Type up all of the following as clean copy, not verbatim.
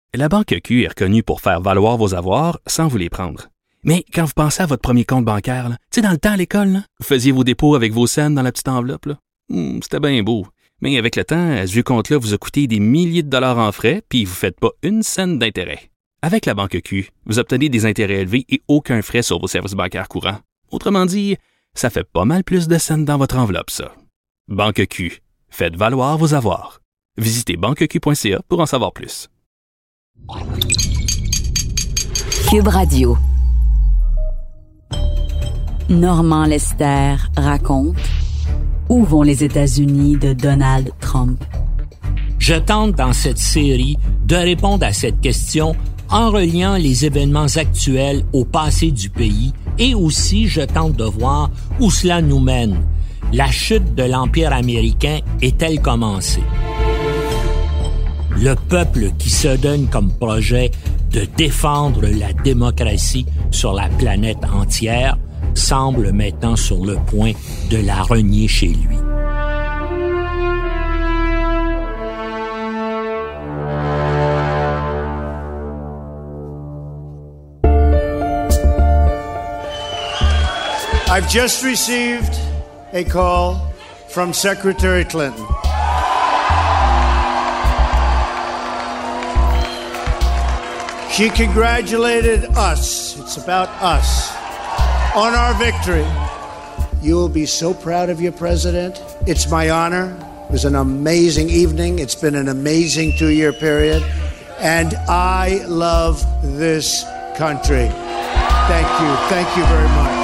La Banque Q est reconnue pour faire valoir vos avoirs sans vous les prendre. Mais quand vous pensez à votre premier compte bancaire, tu sais, dans le temps à l'école, là, vous faisiez vos dépôts avec vos scènes dans la petite enveloppe. Là. C'était bien beau. Mais avec le temps, ce vieux compte-là vous a coûté des milliers de dollars en frais, puis vous ne faites pas une scène d'intérêt. Avec la Banque Q, vous obtenez des intérêts élevés et aucun frais sur vos services bancaires courants. Autrement dit, ça fait pas mal plus de scènes dans votre enveloppe, ça. Banque Q. Faites valoir vos avoirs. Visitez banqueq.ca pour en savoir plus. Cube Radio. Normand Lester raconte Où vont les États-Unis de Donald Trump? Je tente dans cette série de répondre à cette question en reliant les événements actuels au passé du pays et aussi je tente de voir où cela nous mène. La chute de l'Empire américain est-elle commencée? Le peuple qui se donne comme projet de défendre la démocratie sur la planète entière semble maintenant sur le point de la renier chez lui. I've just received a call from Secretary Clinton. She congratulated us, it's about us, on our victory. You will be so proud of your president. It's my honor. It was an amazing evening. It's been an amazing 2-year period. And I love this country. Thank you. Thank you very much.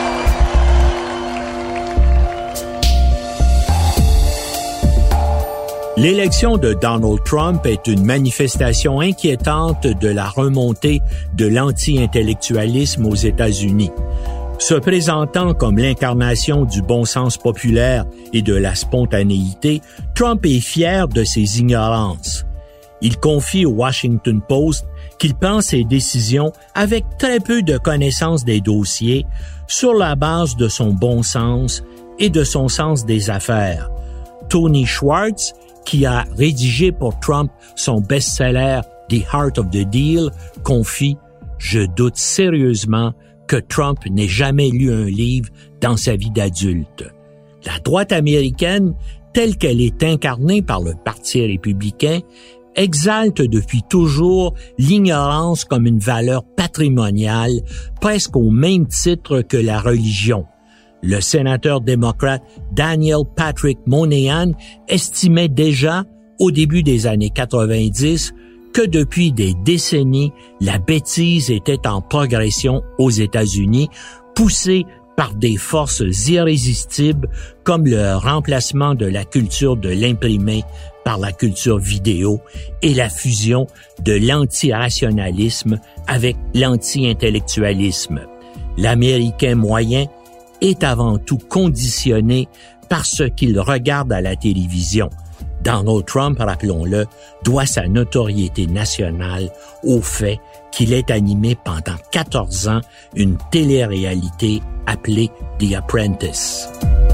L'élection de Donald Trump est une manifestation inquiétante de la remontée de l'anti-intellectualisme aux États-Unis. Se présentant comme l'incarnation du bon sens populaire et de la spontanéité, Trump est fier de ses ignorances. Il confie au Washington Post qu'il prend ses décisions avec très peu de connaissance des dossiers sur la base de son bon sens et de son sens des affaires. Tony Schwartz, qui a rédigé pour Trump son best-seller The Heart of the Deal, confie « Je doute sérieusement que Trump n'ait jamais lu un livre dans sa vie d'adulte. » La droite américaine, telle qu'elle est incarnée par le Parti républicain, exalte depuis toujours l'ignorance comme une valeur patrimoniale, presque au même titre que la religion. Le sénateur démocrate Daniel Patrick Moynihan estimait déjà, au début des années 90, que depuis des décennies, la bêtise était en progression aux États-Unis, poussée par des forces irrésistibles comme le remplacement de la culture de l'imprimé par la culture vidéo et la fusion de l'antirationalisme avec l'anti-intellectualisme. L'Américain moyen est avant tout conditionné par ce qu'il regarde à la télévision. Donald Trump, rappelons-le, doit sa notoriété nationale au fait qu'il ait animé pendant 14 ans une télé-réalité appelée The Apprentice.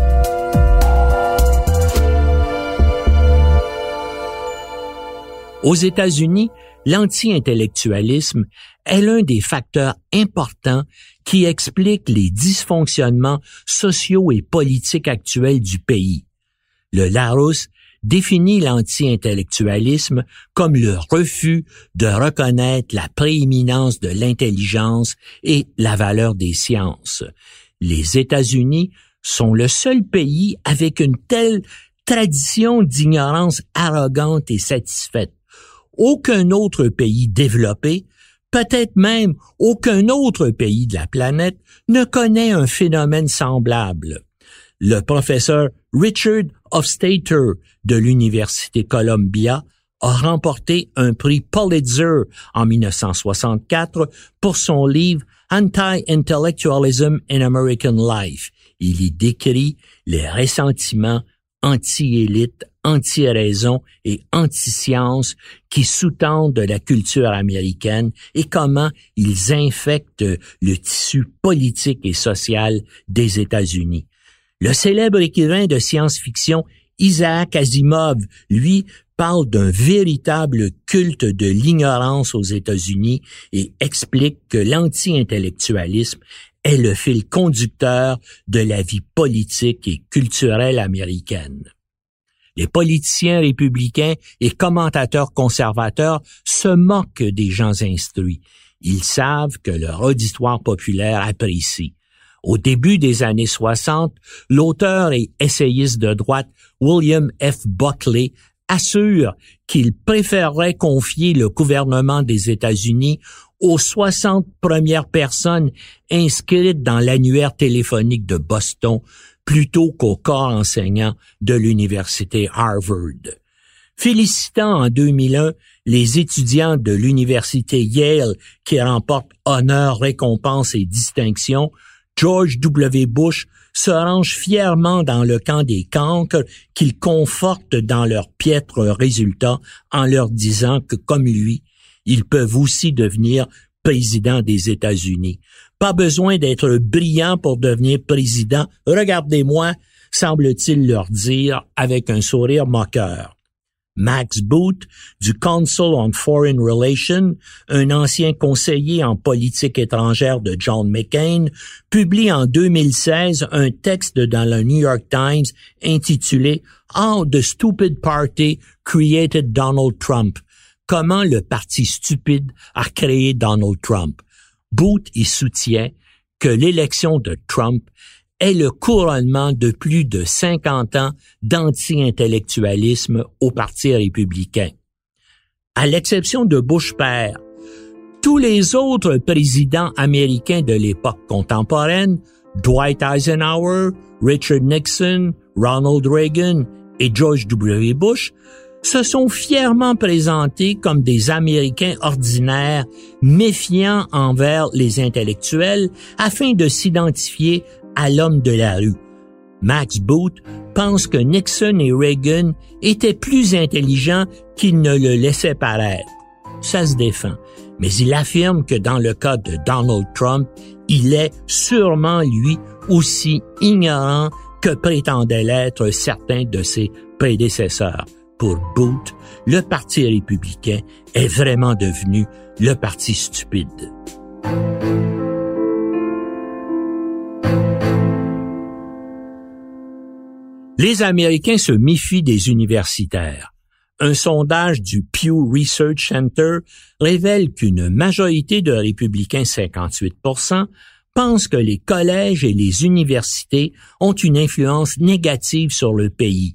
Aux États-Unis, l'anti-intellectualisme est l'un des facteurs importants qui explique les dysfonctionnements sociaux et politiques actuels du pays. Le Larousse définit l'anti-intellectualisme comme le refus de reconnaître la prééminence de l'intelligence et la valeur des sciences. Les États-Unis sont le seul pays avec une telle tradition d'ignorance arrogante et satisfaite. Aucun autre pays développé, peut-être même aucun autre pays de la planète, ne connaît un phénomène semblable. Le professeur Richard Hofstadter de l'Université Columbia a remporté un prix Pulitzer en 1964 pour son livre Anti-Intellectualism in American Life. Il y décrit les ressentiments anti-élite, anti-raison et anti-science qui sous-tendent la culture américaine et comment ils infectent le tissu politique et social des États-Unis. Le célèbre écrivain de science-fiction Isaac Asimov, lui, parle d'un véritable culte de l'ignorance aux États-Unis et explique que l'anti-intellectualisme est le fil conducteur de la vie politique et culturelle américaine. Les politiciens républicains et commentateurs conservateurs se moquent des gens instruits. Ils savent que leur auditoire populaire apprécie. Au début des années 60, l'auteur et essayiste de droite William F. Buckley assure qu'il préférerait confier le gouvernement des États-Unis aux 60 premières personnes inscrites dans l'annuaire téléphonique de Boston plutôt qu'au corps enseignant de l'université Harvard. Félicitant en 2001 les étudiants de l'université Yale qui remportent honneurs, récompenses et distinctions, George W. Bush se range fièrement dans le camp des cancres qu'il conforte dans leurs piètres résultats en leur disant que, comme lui, ils peuvent aussi devenir président des États-Unis. Pas besoin d'être brillant pour devenir président. Regardez-moi, semble-t-il leur dire avec un sourire moqueur. Max Boot, du Council on Foreign Relations, un ancien conseiller en politique étrangère de John McCain, publie en 2016 un texte dans le New York Times intitulé « How the Stupid Party Created Donald Trump ». Comment le parti stupide a créé Donald Trump. Boot y soutient que l'élection de Trump est le couronnement de plus de 50 ans d'anti-intellectualisme au Parti républicain. À l'exception de Bush père, tous les autres présidents américains de l'époque contemporaine, Dwight Eisenhower, Richard Nixon, Ronald Reagan et George W. Bush, se sont fièrement présentés comme des Américains ordinaires, méfiants envers les intellectuels, afin de s'identifier à l'homme de la rue. Max Boot pense que Nixon et Reagan étaient plus intelligents qu'ils ne le laissaient paraître. Ça se défend, mais il affirme que dans le cas de Donald Trump, il est sûrement lui aussi ignorant que prétendaient l'être certains de ses prédécesseurs. Pour Boot, le Parti républicain est vraiment devenu le parti stupide. Les Américains se méfient des universitaires. Un sondage du Pew Research Center révèle qu'une majorité de républicains, 58%, pensent que les collèges et les universités ont une influence négative sur le pays.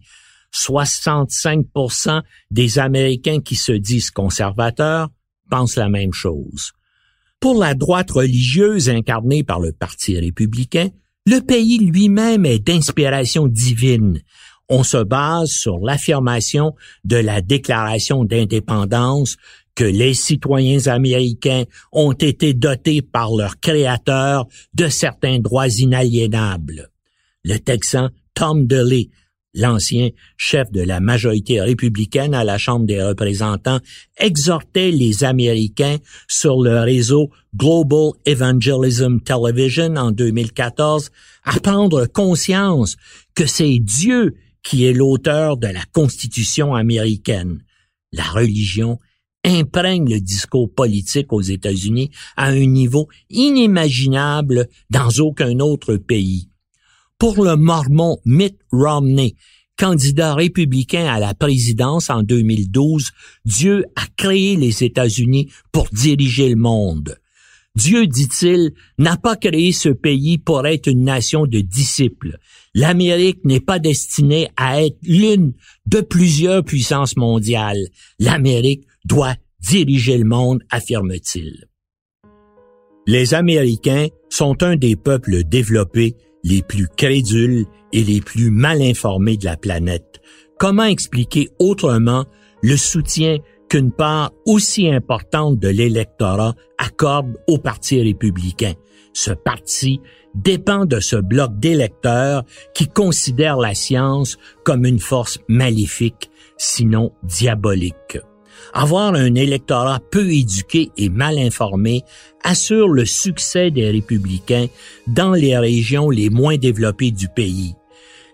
65% des Américains qui se disent conservateurs pensent la même chose. Pour la droite religieuse incarnée par le Parti républicain, le pays lui-même est d'inspiration divine. On se base sur l'affirmation de la Déclaration d'indépendance que les citoyens américains ont été dotés par leur créateur de certains droits inaliénables. Le Texan Tom DeLay, l'ancien chef de la majorité républicaine à la Chambre des représentants, exhortait les Américains sur le réseau Global Evangelism Television en 2014 à prendre conscience que c'est Dieu qui est l'auteur de la Constitution américaine. La religion imprègne le discours politique aux États-Unis à un niveau inimaginable dans aucun autre pays. Pour le Mormon Mitt Romney, candidat républicain à la présidence en 2012, Dieu a créé les États-Unis pour diriger le monde. Dieu, dit-il, n'a pas créé ce pays pour être une nation de disciples. L'Amérique n'est pas destinée à être l'une de plusieurs puissances mondiales. L'Amérique doit diriger le monde, affirme-t-il. Les Américains sont un des peuples développés les plus crédules et les plus mal informés de la planète. Comment expliquer autrement le soutien qu'une part aussi importante de l'électorat accorde au Parti républicain? Ce parti dépend de ce bloc d'électeurs qui considèrent la science comme une force maléfique, sinon diabolique. Avoir un électorat peu éduqué et mal informé assure le succès des républicains dans les régions les moins développées du pays.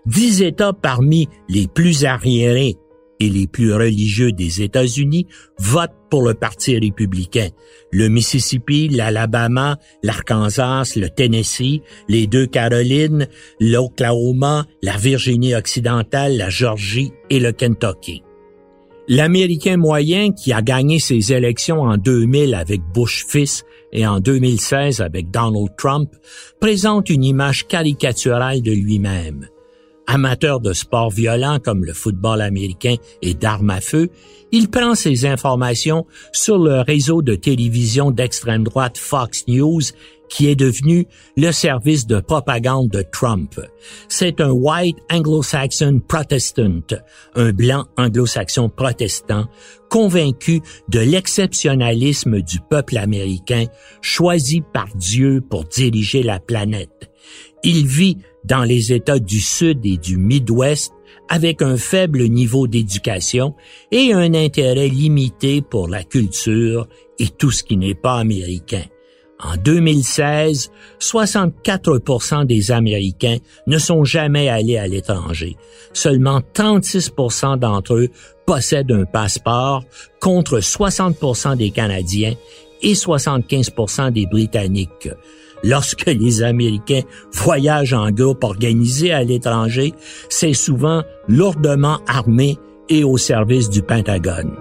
10 États parmi les plus arriérés et les plus religieux des États-Unis votent pour le Parti républicain. Le Mississippi, l'Alabama, l'Arkansas, le Tennessee, les 2 Carolines, l'Oklahoma, la Virginie occidentale, la Georgie et le Kentucky. L'Américain moyen qui a gagné ses élections en 2000 avec Bush fils et en 2016 avec Donald Trump présente une image caricaturale de lui-même. Amateur de sports violents comme le football américain et d'armes à feu, il prend ses informations sur le réseau de télévision d'extrême droite Fox News, qui est devenu le service de propagande de Trump. C'est un white anglo-saxon protestant, un blanc anglo-saxon protestant, convaincu de l'exceptionnalisme du peuple américain, choisi par Dieu pour diriger la planète. Il vit dans les États du Sud et du Midwest avec un faible niveau d'éducation et un intérêt limité pour la culture et tout ce qui n'est pas américain. En 2016, 64% des Américains ne sont jamais allés à l'étranger. Seulement 36% d'entre eux possèdent un passeport contre 60% des Canadiens et 75% des Britanniques. Lorsque les Américains voyagent en groupe organisé à l'étranger, c'est souvent lourdement armé et au service du Pentagone.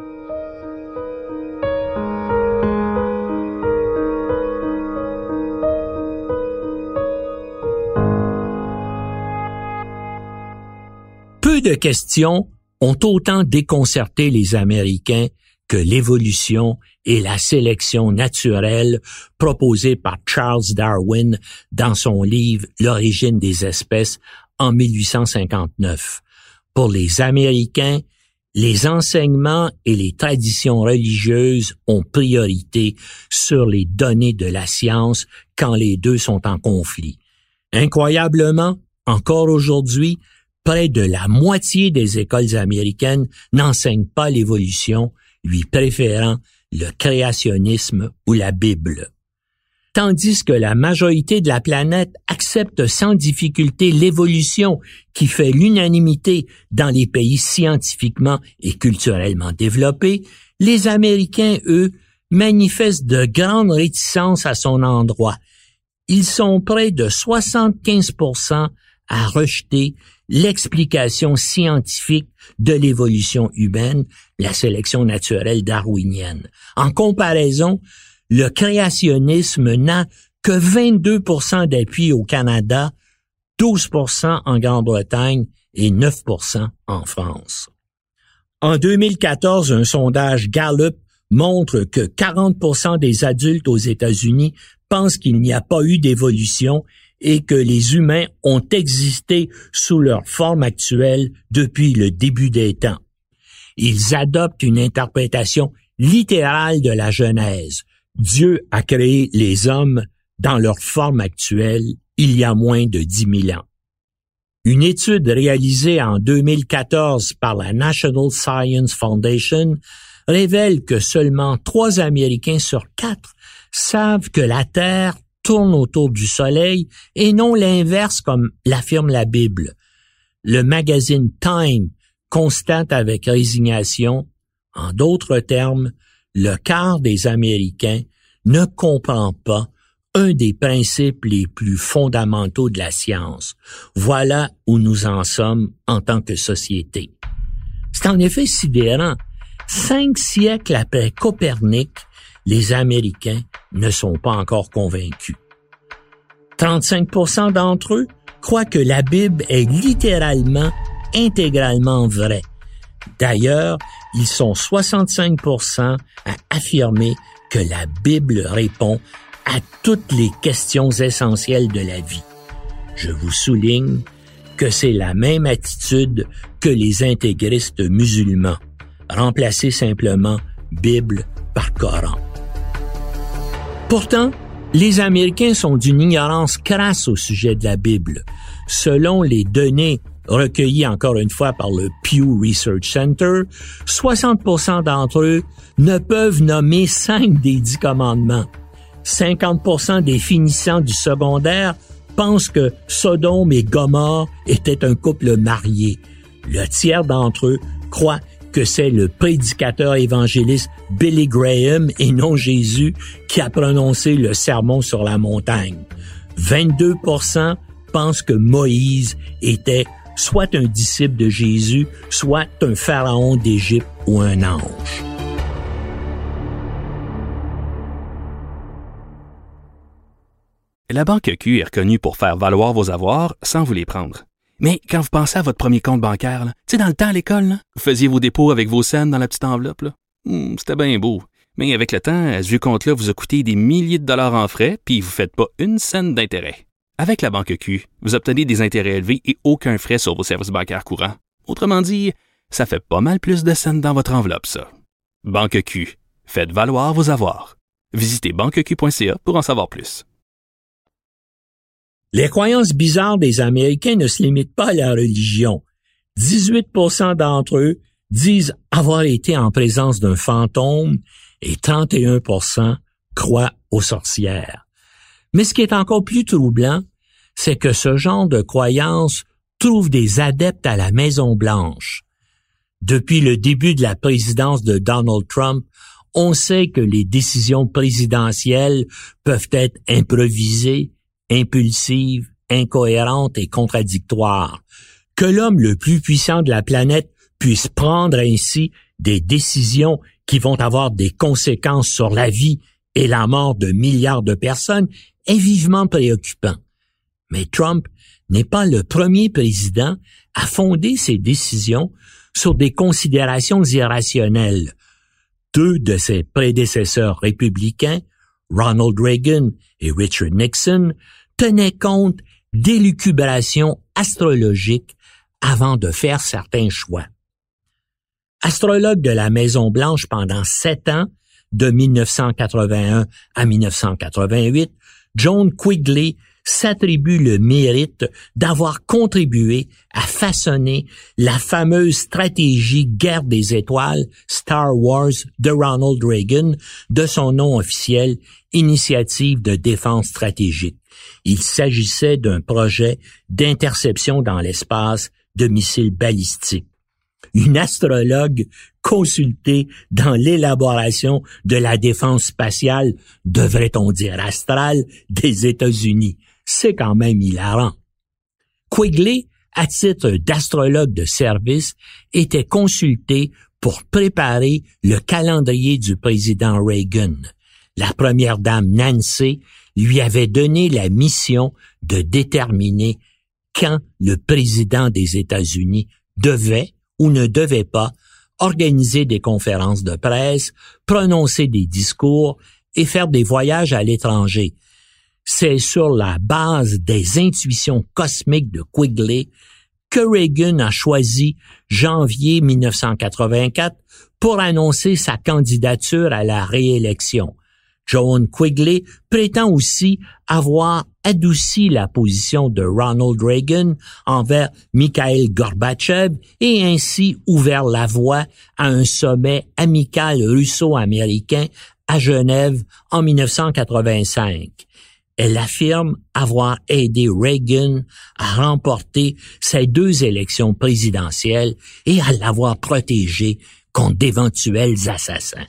Peu de questions ont autant déconcerté les Américains que l'évolution et la sélection naturelle proposée par Charles Darwin dans son livre « L'origine des espèces » en 1859. Pour les Américains, les enseignements et les traditions religieuses ont priorité sur les données de la science quand les deux sont en conflit. Incroyablement, encore aujourd'hui, près de la moitié des écoles américaines n'enseignent pas l'évolution, lui préférant le créationnisme ou la Bible. Tandis que la majorité de la planète accepte sans difficulté l'évolution qui fait l'unanimité dans les pays scientifiquement et culturellement développés, les Américains, eux, manifestent de grandes réticences à son endroit. Ils sont près de 75% à rejeter l'explication scientifique de l'évolution humaine, la sélection naturelle darwinienne. En comparaison, le créationnisme n'a que 22% d'appui au Canada, 12% en Grande-Bretagne et 9% en France. En 2014, un sondage Gallup montre que 40% des adultes aux États-Unis pensent qu'il n'y a pas eu d'évolution et que les humains ont existé sous leur forme actuelle depuis le début des temps. Ils adoptent une interprétation littérale de la Genèse. Dieu a créé les hommes dans leur forme actuelle il y a moins de 10 000 ans. Une étude réalisée en 2014 par la National Science Foundation révèle que seulement 3 Américains sur 4 savent que la Terre tourne autour du Soleil et non l'inverse comme l'affirme la Bible. Le magazine Time constate avec résignation, en d'autres termes, le quart des Américains ne comprend pas un des principes les plus fondamentaux de la science. Voilà où nous en sommes en tant que société. C'est en effet sidérant. 5 siècles après Copernic, les Américains ne sont pas encore convaincus. 35% d'entre eux croient que la Bible est littéralement, intégralement vraie. D'ailleurs, ils sont 65% à affirmer que la Bible répond à toutes les questions essentielles de la vie. Je vous souligne que c'est la même attitude que les intégristes musulmans. Remplacer simplement Bible par Coran. Pourtant, les Américains sont d'une ignorance crasse au sujet de la Bible. Selon les données recueillies encore une fois par le Pew Research Center, 60% d'entre eux ne peuvent nommer 5 des 10 commandements. 50% des finissants du secondaire pensent que Sodome et Gomorrhe étaient un couple marié. Le tiers d'entre eux croient que c'est le prédicateur évangéliste Billy Graham et non Jésus qui a prononcé le sermon sur la montagne. 22% pensent que Moïse était soit un disciple de Jésus, soit un pharaon d'Égypte ou un ange. La Banque Q est reconnue pour faire valoir vos avoirs sans vous les prendre. Mais quand vous pensez à votre premier compte bancaire, tu sais, dans le temps à l'école, là, vous faisiez vos dépôts avec vos scènes dans la petite enveloppe. Là. C'était bien beau. Mais avec le temps, ce vieux compte-là vous a coûté des milliers de dollars en frais, puis vous ne faites pas une scène d'intérêt. Avec la Banque Q, vous obtenez des intérêts élevés et aucun frais sur vos services bancaires courants. Autrement dit, ça fait pas mal plus de scènes dans votre enveloppe, ça. Banque Q. Faites valoir vos avoirs. Visitez banqueq.ca pour en savoir plus. Les croyances bizarres des Américains ne se limitent pas à la religion. 18% d'entre eux disent avoir été en présence d'un fantôme et 31% croient aux sorcières. Mais ce qui est encore plus troublant, c'est que ce genre de croyances trouve des adeptes à la Maison-Blanche. Depuis le début de la présidence de Donald Trump, on sait que les décisions présidentielles peuvent être improvisées, impulsives, incohérentes et contradictoires. Que l'homme le plus puissant de la planète puisse prendre ainsi des décisions qui vont avoir des conséquences sur la vie et la mort de milliards de personnes est vivement préoccupant. Mais Trump n'est pas le premier président à fonder ses décisions sur des considérations irrationnelles. Deux de ses prédécesseurs républicains, Ronald Reagan et Richard Nixon, tenaient compte d'élucubrations astrologiques avant de faire certains choix. Astrologue de la Maison-Blanche pendant 7 ans, de 1981 à 1988, John Quigley s'attribue le mérite d'avoir contribué à façonner la fameuse stratégie Guerre des étoiles Star Wars de Ronald Reagan, de son nom officiel Initiative de défense stratégique. Il s'agissait d'un projet d'interception dans l'espace de missiles balistiques. Une astrologue consultée dans l'élaboration de la défense spatiale, devrait-on dire astrale, des États-Unis. C'est quand même hilarant. Quigley, à titre d'astrologue de service, était consulté pour préparer le calendrier du président Reagan. La première dame Nancy lui avait donné la mission de déterminer quand le président des États-Unis devait ou ne devait pas organiser des conférences de presse, prononcer des discours et faire des voyages à l'étranger. C'est sur la base des intuitions cosmiques de Quigley que Reagan a choisi janvier 1984 pour annoncer sa candidature à la réélection. John Quigley prétend aussi avoir adouci la position de Ronald Reagan envers Mikhail Gorbatchev et ainsi ouvert la voie à un sommet amical russo-américain à Genève en 1985. Elle affirme avoir aidé Reagan à remporter ses 2 élections présidentielles et à l'avoir protégé contre d'éventuels assassins.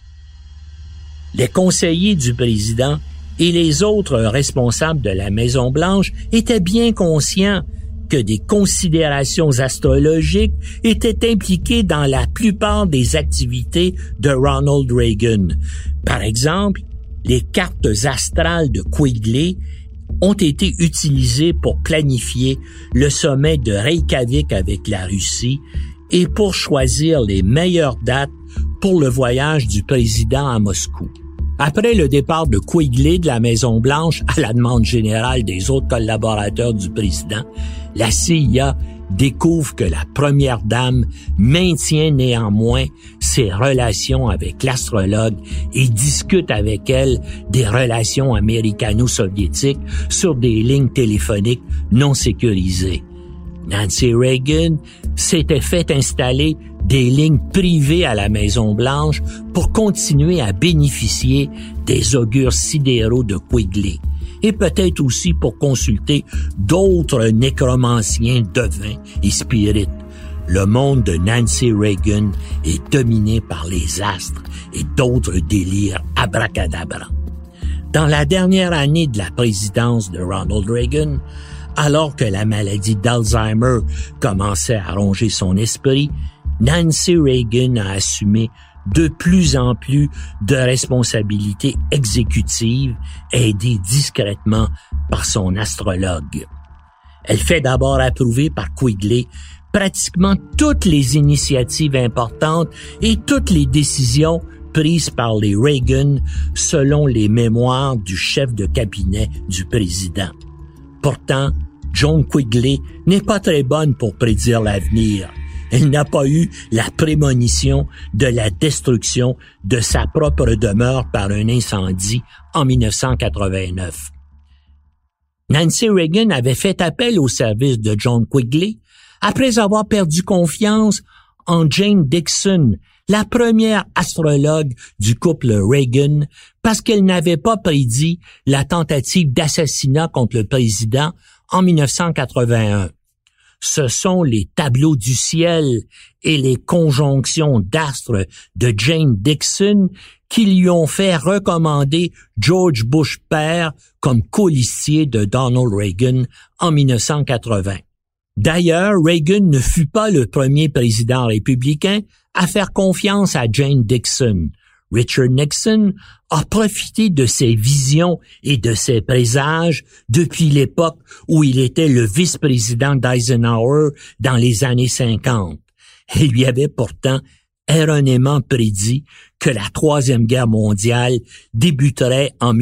Les conseillers du président et les autres responsables de la Maison-Blanche étaient bien conscients que des considérations astrologiques étaient impliquées dans la plupart des activités de Ronald Reagan. Par exemple, les cartes astrales de Quigley ont été utilisées pour planifier le sommet de Reykjavik avec la Russie et pour choisir les meilleures dates pour le voyage du président à Moscou. Après le départ de Quigley de la Maison-Blanche à la demande générale des autres collaborateurs du président, la CIA découvre que la première dame maintient néanmoins ses relations avec l'astrologue et discute avec elle des relations américano-soviétiques sur des lignes téléphoniques non sécurisées. Nancy Reagan s'était fait installer des lignes privées à la Maison-Blanche pour continuer à bénéficier des augures sidéraux de Quigley. et peut-être aussi pour consulter d'autres nécromanciens devins et spirites. Le monde de Nancy Reagan est dominé par les astres et d'autres délires abracadabra. Dans la dernière année de la présidence de Ronald Reagan, alors que la maladie d'Alzheimer commençait à ronger son esprit, Nancy Reagan a assumé de plus en plus de responsabilités exécutives, aidée discrètement par son astrologue. Elle fait d'abord approuver par Quigley pratiquement toutes les initiatives importantes et toutes les décisions prises par les Reagan selon les mémoires du chef de cabinet du président. Pourtant, Joan Quigley n'est pas très bonne pour prédire l'avenir. Elle n'a pas eu la prémonition de la destruction de sa propre demeure par un incendie en 1989. Nancy Reagan avait fait appel au service de John Quigley après avoir perdu confiance en Jane Dixon, la première astrologue du couple Reagan, parce qu'elle n'avait pas prédit la tentative d'assassinat contre le président en 1981. Ce sont les tableaux du ciel et les conjonctions d'astres de Jane Dixon qui lui ont fait recommander George Bush père comme colistier de Donald Reagan en 1980. D'ailleurs, Reagan ne fut pas le premier président républicain à faire confiance à Jane Dixon. Richard Nixon a profité de ses visions et de ses présages depuis l'époque où il était le vice-président d'Eisenhower dans les années 50. Il lui avait pourtant erronément prédit que la Troisième Guerre mondiale débuterait en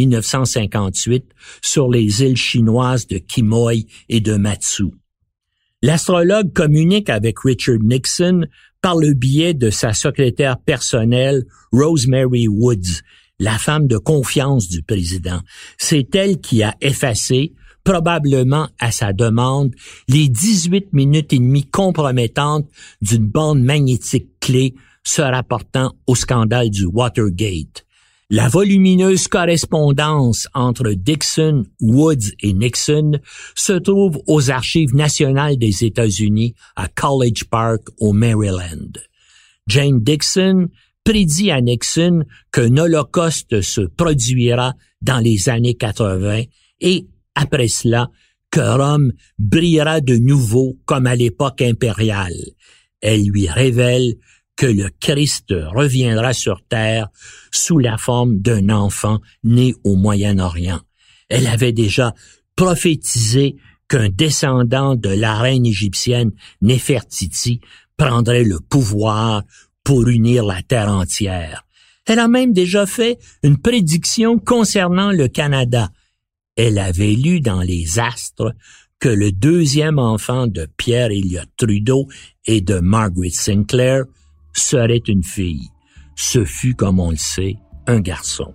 1958 sur les îles chinoises de Quemoy et de Matsu. L'astrologue communique avec Richard Nixon par le biais de sa secrétaire personnelle Rosemary Woods, la femme de confiance du président. C'est elle qui a effacé, probablement à sa demande, les 18 minutes et demie compromettantes d'une bande magnétique clé se rapportant au scandale du Watergate. La volumineuse correspondance entre Dixon, Woods et Nixon se trouve aux Archives nationales des États-Unis à College Park, au Maryland. Jane Dixon prédit à Nixon qu'un holocauste se produira dans les années 80 et, après cela, que Rome brillera de nouveau comme à l'époque impériale. Elle lui révèle que le Christ reviendra sur terre sous la forme d'un enfant né au Moyen-Orient. Elle avait déjà prophétisé qu'un descendant de la reine égyptienne Néfertiti prendrait le pouvoir pour unir la terre entière. Elle a même déjà fait une prédiction concernant le Canada. Elle avait lu dans les astres que le deuxième enfant de Pierre Elliott Trudeau et de Margaret Sinclair serait une fille. Ce fut, comme on le sait, un garçon.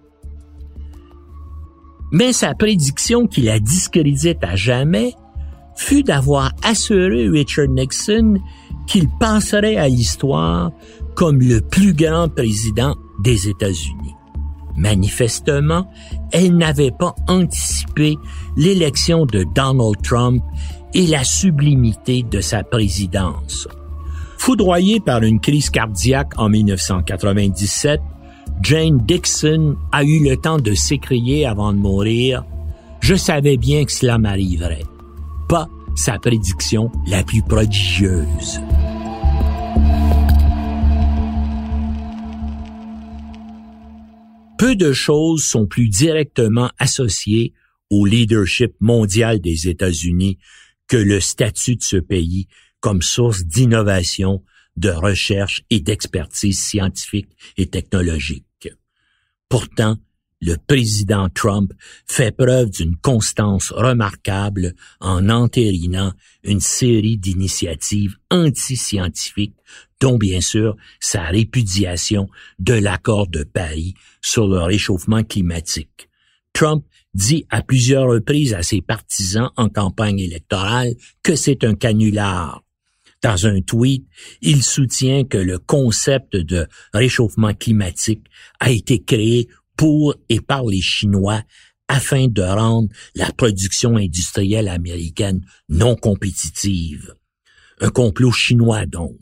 Mais sa prédiction qui la discrédite à jamais fut d'avoir assuré Richard Nixon qu'il passerait à l'histoire comme le plus grand président des États-Unis. Manifestement, elle n'avait pas anticipé l'élection de Donald Trump et la sublimité de sa présidence. Foudroyée par une crise cardiaque en 1997, Jane Dixon a eu le temps de s'écrier avant de mourir « Je savais bien que cela m'arriverait ». Pas sa prédiction la plus prodigieuse. Peu de choses sont plus directement associées au leadership mondial des États-Unis que le statut de ce pays comme source d'innovation, de recherche et d'expertise scientifique et technologique. Pourtant, le président Trump fait preuve d'une constance remarquable en entérinant une série d'initiatives anti-scientifiques, dont bien sûr sa répudiation de l'accord de Paris sur le réchauffement climatique. Trump dit à plusieurs reprises à ses partisans en campagne électorale que c'est un canular. Dans un tweet, il soutient que le concept de réchauffement climatique a été créé pour et par les Chinois afin de rendre la production industrielle américaine non compétitive. Un complot chinois donc.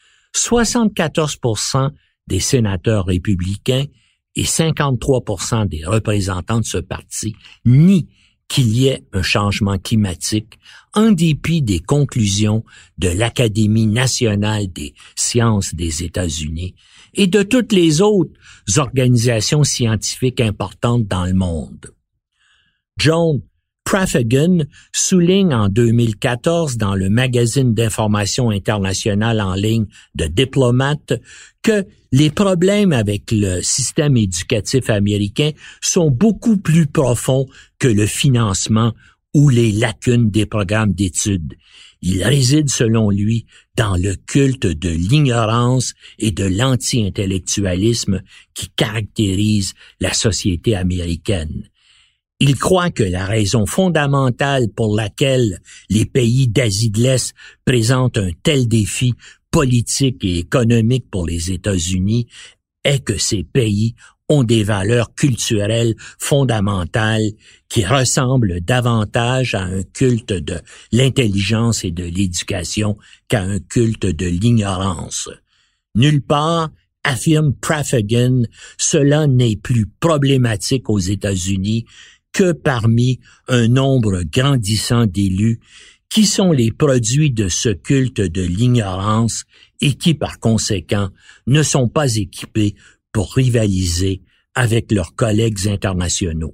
74% des sénateurs républicains et 53% des représentants de ce parti nient qu'il y ait un changement climatique en dépit des conclusions de l'Académie nationale des sciences des États-Unis et de toutes les autres organisations scientifiques importantes dans le monde. John Traffigan souligne en 2014 dans le magazine d'information internationale en ligne de Diplomate que les problèmes avec le système éducatif américain sont beaucoup plus profonds que le financement ou les lacunes des programmes d'études. Il réside, selon lui, dans le culte de l'ignorance et de l'anti-intellectualisme qui caractérise la société américaine. Il croit que la raison fondamentale pour laquelle les pays d'Asie de l'Est présentent un tel défi politique et économique pour les États-Unis est que ces pays ont des valeurs culturelles fondamentales qui ressemblent davantage à un culte de l'intelligence et de l'éducation qu'à un culte de l'ignorance. Nulle part, affirme Traffigan, cela n'est plus problématique aux États-Unis que parmi un nombre grandissant d'élus qui sont les produits de ce culte de l'ignorance et qui, par conséquent, ne sont pas équipés pour rivaliser avec leurs collègues internationaux.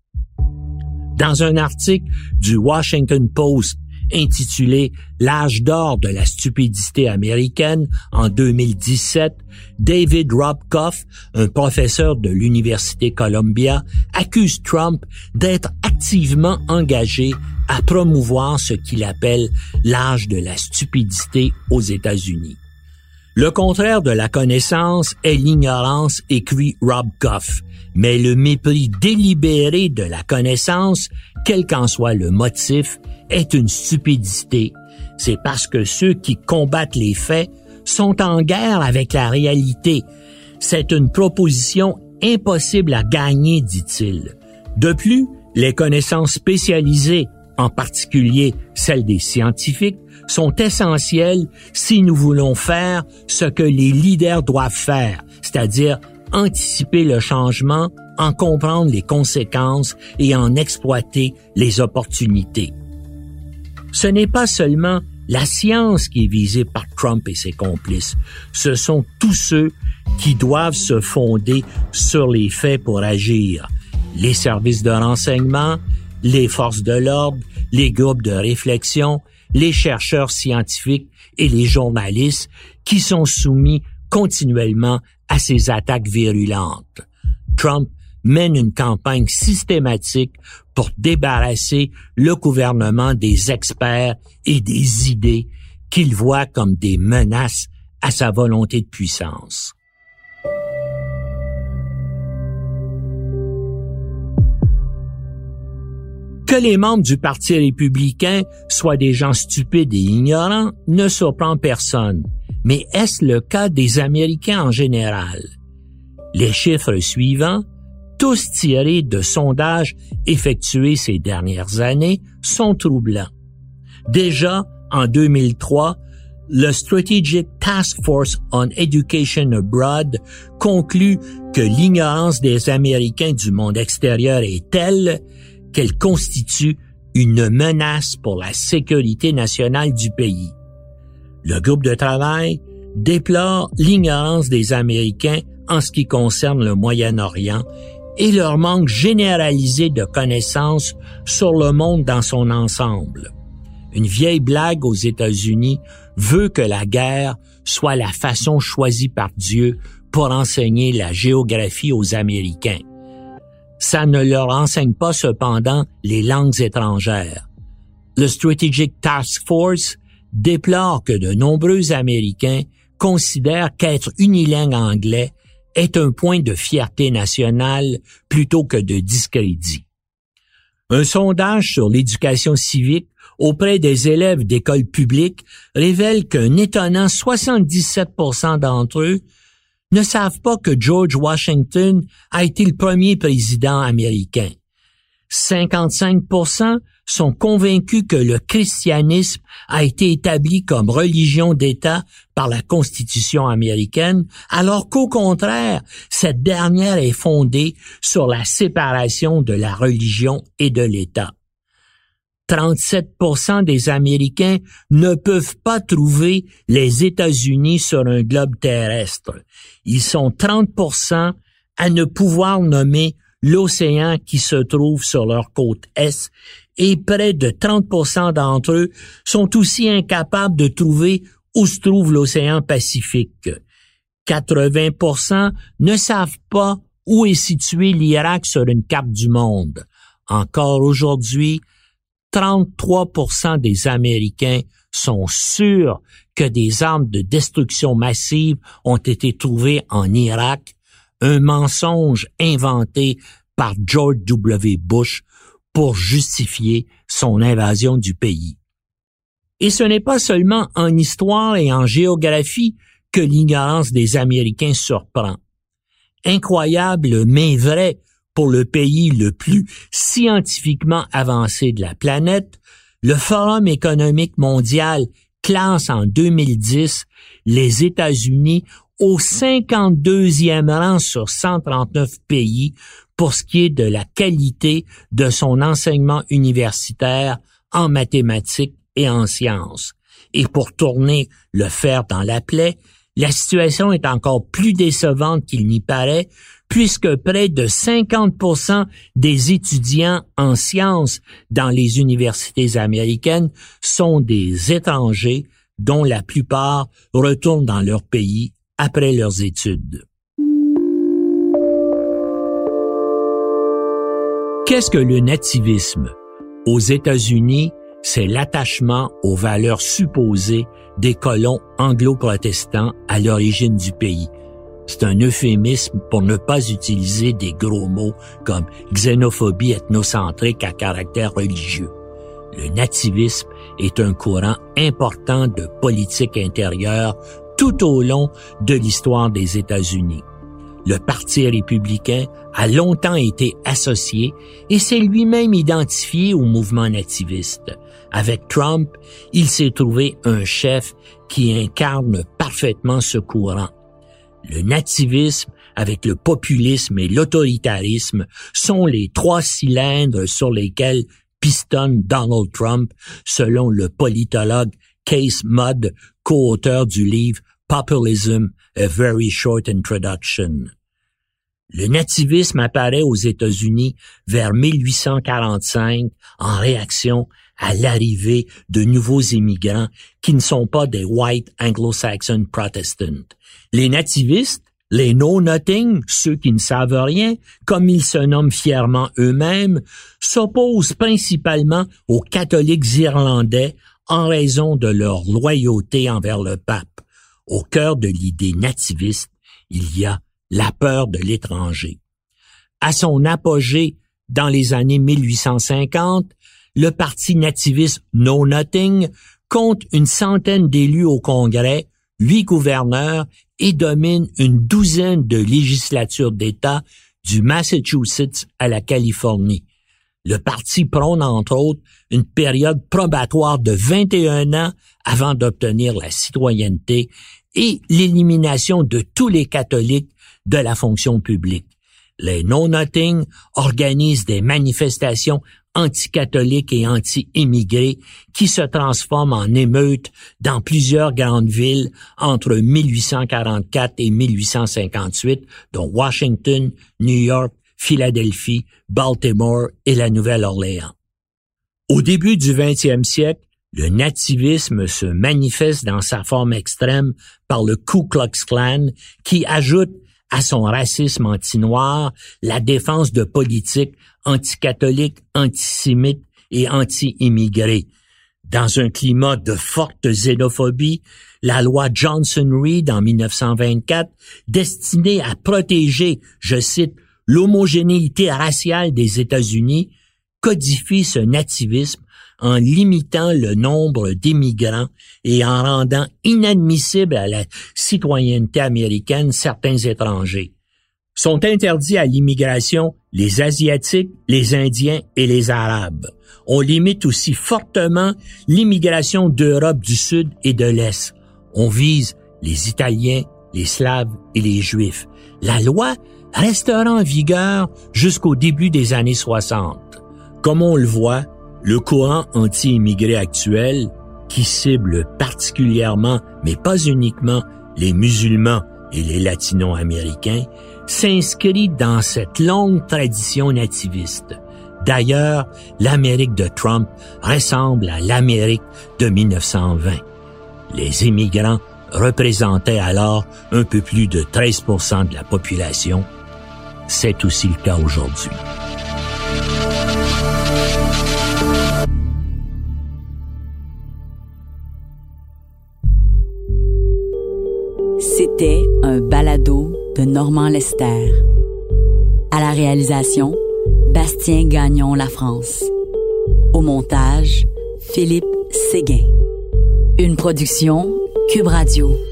Dans un article du Washington Post intitulé « L'âge d'or de la stupidité américaine » en 2017, David Robkoff, un professeur de l'Université Columbia, accuse Trump d'être activement engagé à promouvoir ce qu'il appelle l'âge de la stupidité aux États-Unis. Le contraire de la connaissance est l'ignorance, écrit Robkoff, mais le mépris délibéré de la connaissance, quel qu'en soit le motif, est une stupidité. C'est parce que ceux qui combattent les faits sont en guerre avec la réalité. C'est une proposition impossible à gagner, dit-il. De plus, les connaissances spécialisées, en particulier celles des scientifiques, sont essentielles si nous voulons faire ce que les leaders doivent faire, c'est-à-dire anticiper le changement, en comprendre les conséquences et en exploiter les opportunités. Ce n'est pas seulement la science qui est visée par Trump et ses complices. Ce sont tous ceux qui doivent se fonder sur les faits pour agir. Les services de renseignement, les forces de l'ordre, les groupes de réflexion, les chercheurs scientifiques et les journalistes qui sont soumis continuellement à ces attaques virulentes. Trump mène une campagne systématique pour débarrasser le gouvernement des experts et des idées qu'il voit comme des menaces à sa volonté de puissance. Que les membres du Parti républicain soient des gens stupides et ignorants ne surprend personne. Mais est-ce le cas des Américains en général? Les chiffres suivants, tous tirés de sondages effectués ces dernières années, sont troublants. Déjà, en 2003, le Strategic Task Force on Education Abroad conclut que l'ignorance des Américains du monde extérieur est telle qu'elle constitue une menace pour la sécurité nationale du pays. Le groupe de travail déplore l'ignorance des Américains en ce qui concerne le Moyen-Orient et leur manque généralisé de connaissances sur le monde dans son ensemble. Une vieille blague aux États-Unis veut que la guerre soit la façon choisie par Dieu pour enseigner la géographie aux Américains. Ça ne leur enseigne pas cependant les langues étrangères. Le Strategic Task Force déplore que de nombreux Américains considèrent qu'être unilingue anglais est un point de fierté nationale plutôt que de discrédit. Un sondage sur l'éducation civique auprès des élèves d'écoles publiques révèle qu'un étonnant 77% d'entre eux ne savent pas que George Washington a été le premier président américain. 55% sont convaincus que le christianisme a été établi comme religion d'État par la Constitution américaine, alors qu'au contraire, cette dernière est fondée sur la séparation de la religion et de l'État. 37% des Américains ne peuvent pas trouver les États-Unis sur un globe terrestre. Ils sont 30% à ne pouvoir nommer l'océan qui se trouve sur leur côte est, et près de 30% d'entre eux sont aussi incapables de trouver où se trouve l'océan Pacifique. 80% ne savent pas où est situé l'Irak sur une carte du monde. Encore aujourd'hui, 33% des Américains sont sûrs que des armes de destruction massive ont été trouvées en Irak, un mensonge inventé par George W. Bush pour justifier son invasion du pays. Et ce n'est pas seulement en histoire et en géographie que l'ignorance des Américains surprend. Incroyable mais vrai pour le pays le plus scientifiquement avancé de la planète, le Forum économique mondial classe en 2010 les États-Unis au 52e rang sur 139 pays pour ce qui est de la qualité de son enseignement universitaire en mathématiques et en sciences. Et pour tourner le fer dans la plaie, la situation est encore plus décevante qu'il n'y paraît, puisque près de 50% des étudiants en sciences dans les universités américaines sont des étrangers, dont la plupart retournent dans leur pays après leurs études. Qu'est-ce que le nativisme? Aux États-Unis, c'est l'attachement aux valeurs supposées des colons anglo-protestants à l'origine du pays. C'est un euphémisme pour ne pas utiliser des gros mots comme xénophobie ethnocentrique à caractère religieux. Le nativisme est un courant important de politique intérieure tout au long de l'histoire des États-Unis. Le Parti républicain a longtemps été associé et s'est lui-même identifié au mouvement nativiste. Avec Trump, il s'est trouvé un chef qui incarne parfaitement ce courant. Le nativisme, avec le populisme et l'autoritarisme, sont les trois cylindres sur lesquels pistonne Donald Trump, selon le politologue Case Mudd, co-auteur du livre Populism, A Very Short Introduction. Le nativisme apparaît aux États-Unis vers 1845 en réaction à l'arrivée de nouveaux immigrants qui ne sont pas des White Anglo-Saxon Protestants. Les nativistes, les know-nothing, ceux qui ne savent rien, comme ils se nomment fièrement eux-mêmes, s'opposent principalement aux catholiques irlandais en raison de leur loyauté envers le pape. Au cœur de l'idée nativiste, il y a la peur de l'étranger. À son apogée dans les années 1850, le parti nativiste Know Nothing compte une centaine d'élus au Congrès, 8 gouverneurs et domine une douzaine de législatures d'État du Massachusetts à la Californie. Le parti prône, entre autres, une période probatoire de 21 ans avant d'obtenir la citoyenneté et l'élimination de tous les catholiques de la fonction publique. Les Know Nothing organisent des manifestations anti-catholiques et anti-immigrés qui se transforment en émeutes dans plusieurs grandes villes entre 1844 et 1858, dont Washington, New York, Philadelphie, Baltimore et la Nouvelle-Orléans. Au début du 20e siècle, le nativisme se manifeste dans sa forme extrême par le Ku Klux Klan qui ajoute à son racisme anti-noir la défense de politiques anti-catholiques, antisémites et anti-immigrés. Dans un climat de forte xénophobie, la loi Johnson-Reed en 1924, destinée à protéger, je cite, l'homogénéité raciale des États-Unis, codifie ce nativisme en limitant le nombre d'immigrants et en rendant inadmissible à la citoyenneté américaine certains étrangers. Sont interdits à l'immigration les Asiatiques, les Indiens et les Arabes. On limite aussi fortement l'immigration d'Europe du Sud et de l'Est. On vise les Italiens, les Slaves et les Juifs. La loi restera en vigueur jusqu'au début des années 60. Comme on le voit, le courant anti-immigré actuel, qui cible particulièrement, mais pas uniquement, les musulmans et les latino-américains, s'inscrit dans cette longue tradition nativiste. D'ailleurs, l'Amérique de Trump ressemble à l'Amérique de 1920. Les immigrants représentaient alors un peu plus de 13% de la population. C'est aussi le cas aujourd'hui. C'était un balado de Normand Lester. À la réalisation, Bastien Gagnon La France. Au montage, Philippe Séguin. Une production Cube Radio.